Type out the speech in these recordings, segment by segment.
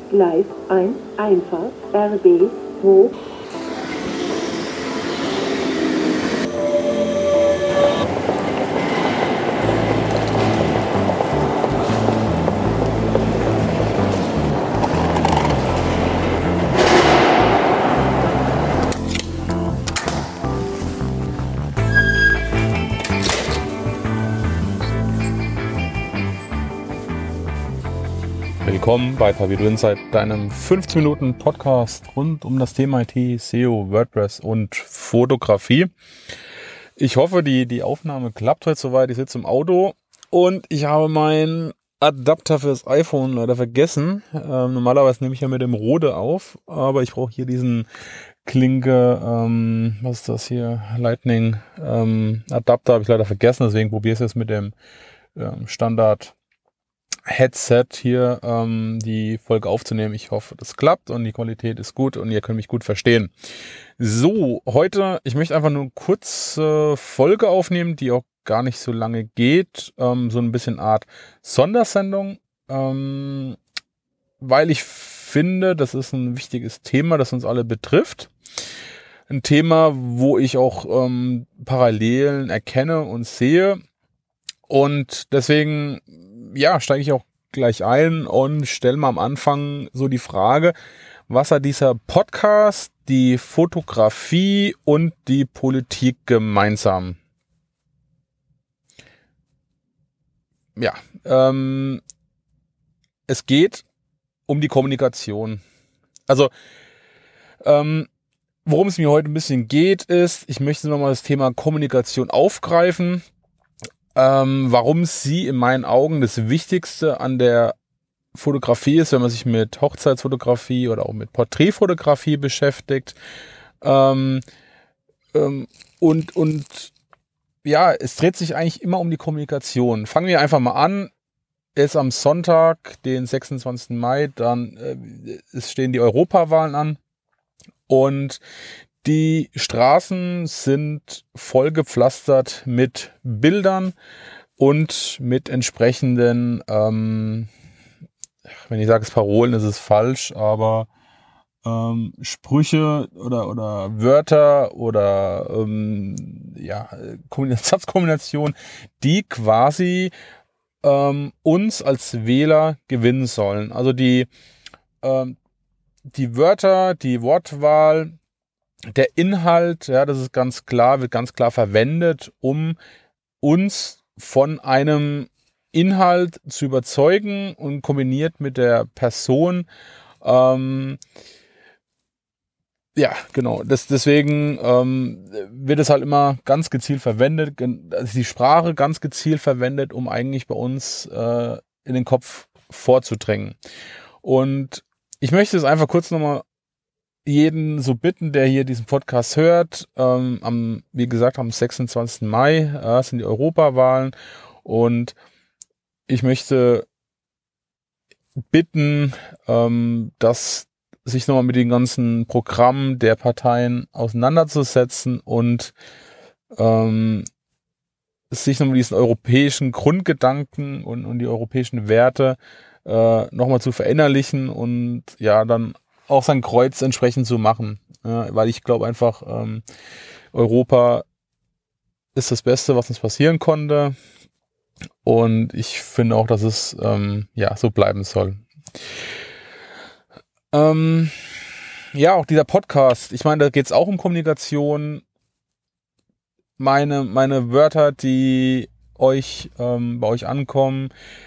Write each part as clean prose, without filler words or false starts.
Gleis 1, Einfahrt, RB, hoch. Willkommen bei Tavido Insight, deinem 15-Minuten-Podcast rund um das Thema IT, SEO, WordPress und Fotografie. Ich hoffe, die Aufnahme klappt heute soweit. Ich sitze im Auto und ich habe meinen Adapter fürs iPhone leider vergessen. Normalerweise nehme ich ja mit dem Rode auf, aber ich brauche hier diesen Klinke, was ist das hier? Lightning Adapter habe ich leider vergessen, deswegen probiere ich es jetzt mit dem Standard Headset hier die Folge aufzunehmen. Ich hoffe, das klappt und die Qualität ist gut und ihr könnt mich gut verstehen. So, heute, ich möchte einfach nur eine kurze Folge aufnehmen, die auch gar nicht so lange geht. So ein bisschen Art Sondersendung, weil ich finde, das ist ein wichtiges Thema, das uns alle betrifft. Ein Thema, wo ich auch Parallelen erkenne und sehe. Und deswegen steige ich auch gleich ein und stelle mal am Anfang so die Frage, was hat dieser Podcast, die Fotografie und die Politik gemeinsam? Ja, es geht um die Kommunikation. Also, worum es mir heute ein bisschen geht, ist, ich möchte nochmal das Thema Kommunikation aufgreifen. Warum sie in meinen Augen das Wichtigste an der Fotografie ist, wenn man sich mit Hochzeitsfotografie oder auch mit Porträtfotografie beschäftigt. Und es dreht sich eigentlich immer um die Kommunikation. Fangen wir einfach mal an. Es ist am Sonntag, den 26. Mai, dann es stehen die Europawahlen an und die Straßen sind vollgepflastert mit Bildern und mit entsprechenden, wenn ich sage es Parolen, ist es falsch, aber Sprüche oder Wörter oder Satzkombinationen, die quasi uns als Wähler gewinnen sollen. Also die Wörter, die Wortwahl, der Inhalt, ja, das ist ganz klar, wird ganz klar verwendet, um uns von einem Inhalt zu überzeugen und kombiniert mit der Person. Deswegen wird es halt immer ganz gezielt verwendet, also die Sprache ganz gezielt verwendet, um eigentlich bei uns in den Kopf vorzudrängen. Und ich möchte es einfach kurz nochmal jeden so bitten, der hier diesen Podcast hört. Wie gesagt, am 26. Mai sind die Europawahlen und ich möchte bitten, dass sich nochmal mit den ganzen Programmen der Parteien auseinanderzusetzen und sich nochmal diesen europäischen Grundgedanken und die europäischen Werte nochmal zu verinnerlichen und ja, dann auch sein Kreuz entsprechend zu machen. Weil ich glaube einfach, Europa ist das Beste, was uns passieren konnte. Und ich finde auch, dass es so bleiben soll. Auch dieser Podcast, ich meine, da geht es auch um Kommunikation. Meine Wörter, die bei euch ankommen,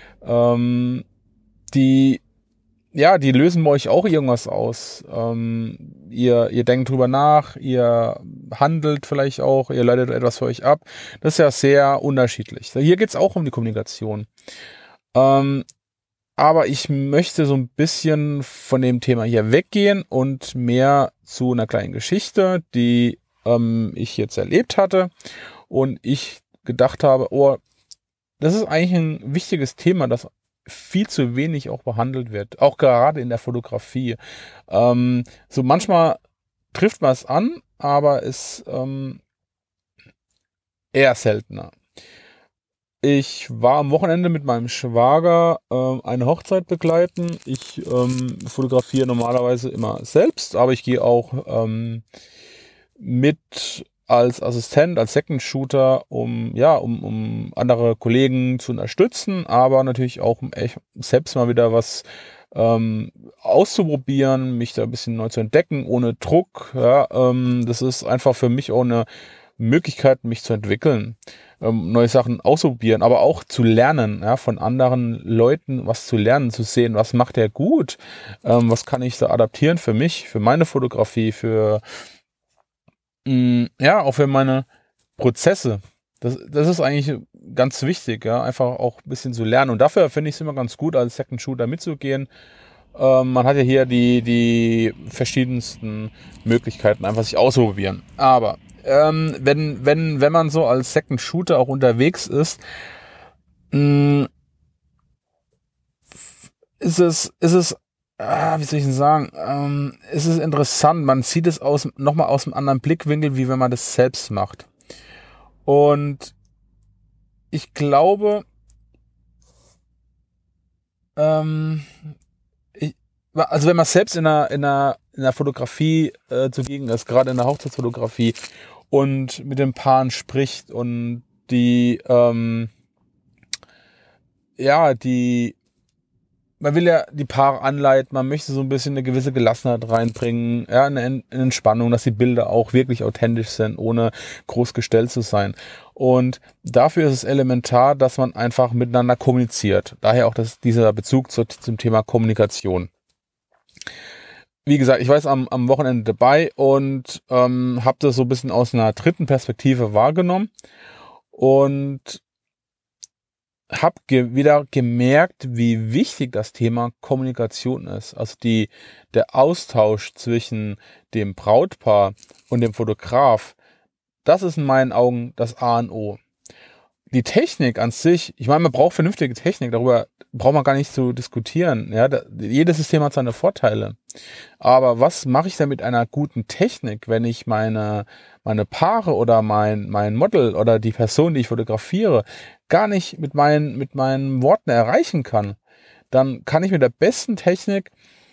die lösen bei euch auch irgendwas aus. Ihr denkt drüber nach, ihr handelt vielleicht auch, ihr leitet etwas für euch ab. Das ist ja sehr unterschiedlich. Hier geht es auch um die Kommunikation. Aber ich möchte so ein bisschen von dem Thema hier weggehen und mehr zu einer kleinen Geschichte, die ich jetzt erlebt hatte und ich gedacht habe, das ist eigentlich ein wichtiges Thema, das viel zu wenig auch behandelt wird, auch gerade in der Fotografie. So manchmal trifft man es an, aber es eher seltener. Ich war am Wochenende mit meinem Schwager eine Hochzeit begleiten. Ich fotografiere normalerweise immer selbst, aber ich gehe auch mit als Assistent, als Second Shooter, um andere Kollegen zu unterstützen, aber natürlich auch um echt selbst mal wieder was auszuprobieren, mich da ein bisschen neu zu entdecken, ohne Druck. Ja, das ist einfach für mich auch eine Möglichkeit, mich zu entwickeln, neue Sachen auszuprobieren, aber auch zu lernen, ja, von anderen Leuten was zu lernen, zu sehen, was macht der gut, was kann ich da adaptieren für mich, für meine Fotografie, auch für meine Prozesse. Das ist eigentlich ganz wichtig, ja, einfach auch ein bisschen zu lernen. Und dafür finde ich es immer ganz gut, als Second Shooter mitzugehen. Man hat ja hier die verschiedensten Möglichkeiten, einfach sich auszuprobieren. Aber wenn man so als Second Shooter auch unterwegs ist, ist es, wie soll ich denn sagen, ist es interessant. Man sieht es nochmal aus einem anderen Blickwinkel, wie wenn man das selbst macht. Und ich glaube, also wenn man selbst in einer Fotografie zugegen ist, gerade in der Hochzeitsfotografie und mit den Paaren spricht und man will ja die Paare anleiten, man möchte so ein bisschen eine gewisse Gelassenheit reinbringen, ja, eine Entspannung, dass die Bilder auch wirklich authentisch sind, ohne groß gestellt zu sein. Und dafür ist es elementar, dass man einfach miteinander kommuniziert. Daher auch dieser Bezug zum Thema Kommunikation. Wie gesagt, ich war jetzt am Wochenende dabei und habe das so ein bisschen aus einer dritten Perspektive wahrgenommen und habe wieder gemerkt, wie wichtig das Thema Kommunikation ist. Also der Austausch zwischen dem Brautpaar und dem Fotograf, das ist in meinen Augen das A und O. Die Technik an sich, ich meine, man braucht vernünftige Technik, darüber braucht man gar nicht zu diskutieren. Ja, jedes System hat seine Vorteile. Aber was mache ich denn mit einer guten Technik, wenn ich meine Paare oder mein Model oder die Person, die ich fotografiere, gar nicht mit meinen Worten erreichen kann? Dann kann ich mit der besten Technik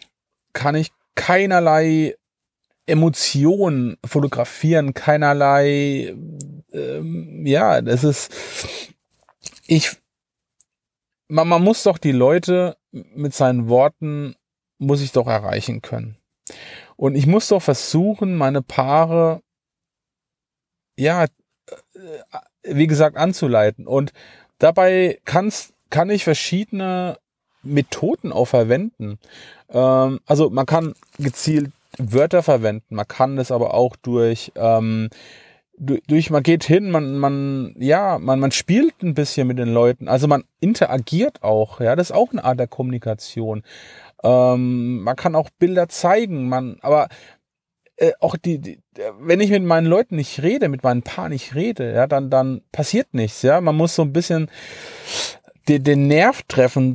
keinerlei Emotionen fotografieren, keinerlei, man muss doch die Leute mit seinen Worten, muss ich doch erreichen können. Und ich muss doch versuchen, meine Paare, wie gesagt, anzuleiten. Und dabei kann ich verschiedene Methoden auch verwenden. Also man kann gezielt Wörter verwenden, man kann es aber auch man geht hin, man spielt ein bisschen mit den Leuten, also man interagiert auch, ja, das ist auch eine Art der Kommunikation. Man kann auch Bilder zeigen, aber auch wenn ich mit meinen Leuten nicht rede, mit meinen Paaren nicht rede, ja, dann passiert nichts, ja, man muss so ein bisschen den Nerv treffen,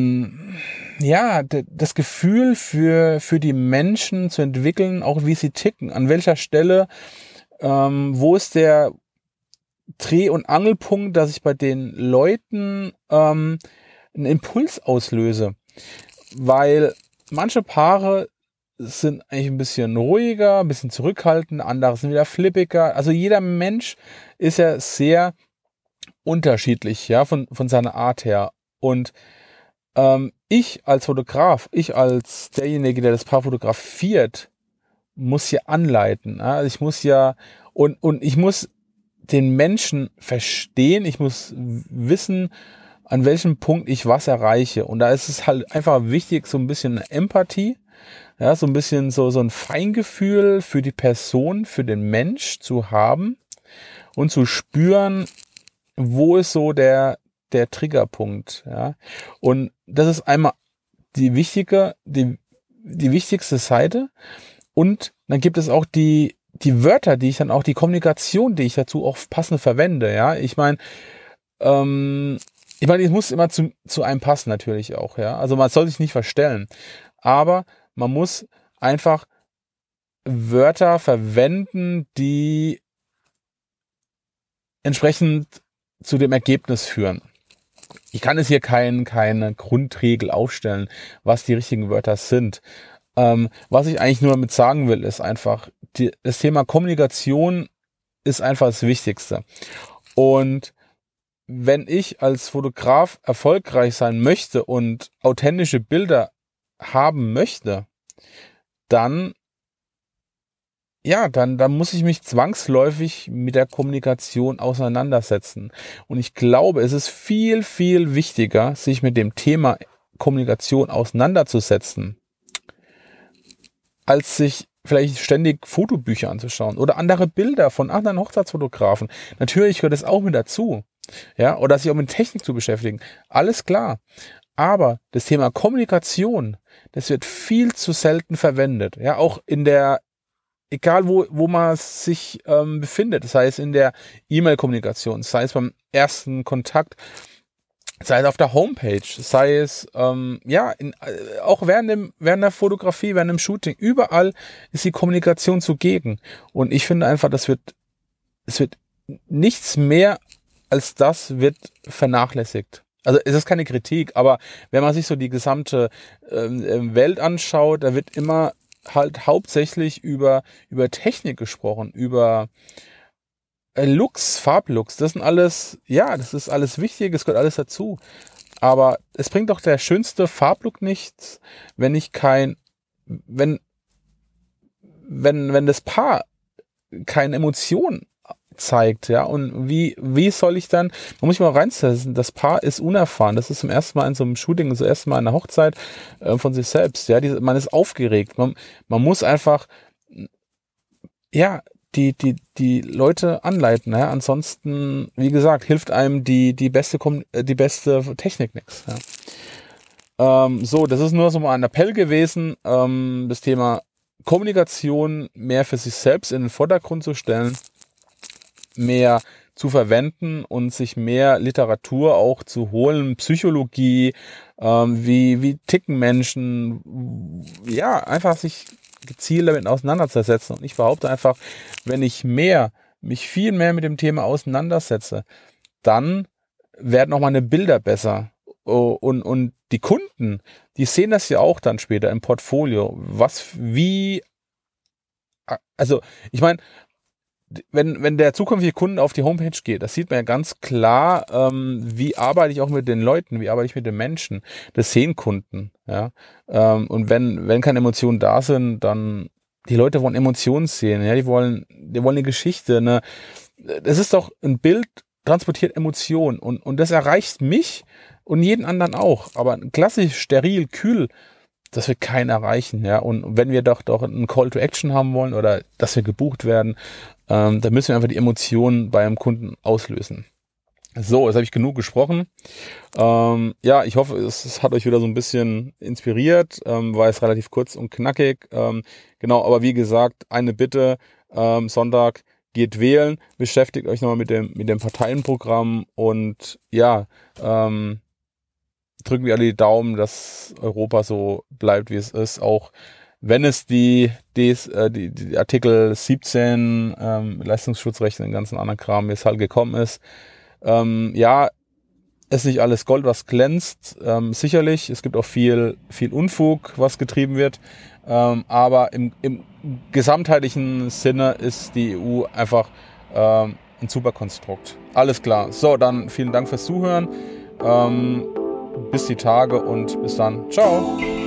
das Gefühl für die Menschen zu entwickeln, auch wie sie ticken, an welcher Stelle, wo ist der Dreh- und Angelpunkt, dass ich bei den Leuten einen Impuls auslöse. Weil manche Paare sind eigentlich ein bisschen ruhiger, ein bisschen zurückhaltend, andere sind wieder flippiger. Also jeder Mensch ist ja sehr unterschiedlich, ja, von seiner Art her. Und ich als Fotograf, ich als derjenige, der das Paar fotografiert, muss ja anleiten. Ja? Also ich muss und ich muss den Menschen verstehen, ich muss wissen, an welchem Punkt ich was erreiche. Und da ist es halt einfach wichtig, so ein bisschen Empathie, ja, so ein bisschen so ein Feingefühl für die Person, für den Mensch zu haben und zu spüren, wo ist so der Triggerpunkt, ja. Und das ist einmal die wichtigste Seite. Und dann gibt es auch die Wörter, die Kommunikation, die ich dazu auch passend verwende, ja. Ich meine, es muss immer zu einem passen natürlich auch, ja. Also man soll sich nicht verstellen. Aber man muss einfach Wörter verwenden, die entsprechend zu dem Ergebnis führen. Ich kann es hier keine Grundregel aufstellen, was die richtigen Wörter sind. Was ich eigentlich nur damit sagen will, ist einfach, das Thema Kommunikation ist einfach das Wichtigste. Und wenn ich als Fotograf erfolgreich sein möchte und authentische Bilder haben möchte, dann muss ich mich zwangsläufig mit der Kommunikation auseinandersetzen. Und ich glaube, es ist viel, viel wichtiger, sich mit dem Thema Kommunikation auseinanderzusetzen, als sich vielleicht ständig Fotobücher anzuschauen oder andere Bilder von anderen Hochzeitsfotografen. Natürlich gehört es auch mit dazu. Ja, oder sich auch mit Technik zu beschäftigen. Alles klar. Aber das Thema Kommunikation, das wird viel zu selten verwendet. Ja, auch egal wo man sich befindet, sei es in der E-Mail-Kommunikation, sei es beim ersten Kontakt, sei es auf der Homepage, sei es auch während der Fotografie, während dem Shooting, überall ist die Kommunikation zugegen. Und ich finde einfach, es wird nichts mehr als das wird vernachlässigt. Also es ist keine Kritik, aber wenn man sich so die gesamte Welt anschaut, da wird immer halt hauptsächlich über Technik gesprochen, über Looks, Farblooks, das ist alles wichtig, es gehört alles dazu. Aber es bringt doch der schönste Farblook nichts, wenn das Paar keine Emotion zeigt, ja, und wie soll ich dann, man muss sich mal reinsetzen, das Paar ist unerfahren, das ist zum ersten Mal in so einem Shooting, das erste Mal in einer Hochzeit von sich selbst, ja, man ist aufgeregt, man muss einfach, ja, die Leute anleiten, ja, ansonsten, wie gesagt, hilft einem die beste Technik nichts, ja. So, das ist nur so mal ein Appell gewesen, das Thema Kommunikation mehr für sich selbst in den Vordergrund zu stellen, mehr zu verwenden und sich mehr Literatur auch zu holen, Psychologie, wie ticken Menschen, ja, einfach sich gezielt damit auseinanderzusetzen. Und ich behaupte einfach, wenn ich mich viel mehr mit dem Thema auseinandersetze, dann werden auch meine Bilder besser. Und die Kunden, die sehen das ja auch dann später im Portfolio. Also ich meine, wenn der zukünftige Kunde auf die Homepage geht, das sieht man ja ganz klar, wie arbeite ich auch mit den Leuten, wie arbeite ich mit den Menschen. Das sehen Kunden, ja. Und wenn keine Emotionen da sind, dann die Leute wollen Emotionen sehen, ja, die wollen eine Geschichte, ne. Das ist doch ein Bild, transportiert Emotionen und das erreicht mich und jeden anderen auch. Aber klassisch, steril, kühl, das wird keinen erreichen, ja. Und wenn wir doch einen Call to Action haben wollen oder dass wir gebucht werden, dann müssen wir einfach die Emotionen bei einem Kunden auslösen. So, jetzt habe ich genug gesprochen. Ja, ich hoffe, es hat euch wieder so ein bisschen inspiriert. War jetzt relativ kurz und knackig. Genau, aber wie gesagt, eine Bitte, Sonntag geht wählen, beschäftigt euch nochmal mit dem Parteienprogramm und ja, drücken wir alle die Daumen, dass Europa so bleibt, wie es ist, auch wenn es die Artikel 17 Leistungsschutzrechte und den ganzen anderen Kram jetzt halt gekommen ist. Ja, ist nicht alles Gold, was glänzt, sicherlich. Es gibt auch viel Unfug, was getrieben wird. Aber im gesamtheitlichen Sinne ist die EU einfach ein super Konstrukt. Alles klar. So, dann vielen Dank fürs Zuhören. Bis die Tage und bis dann. Ciao.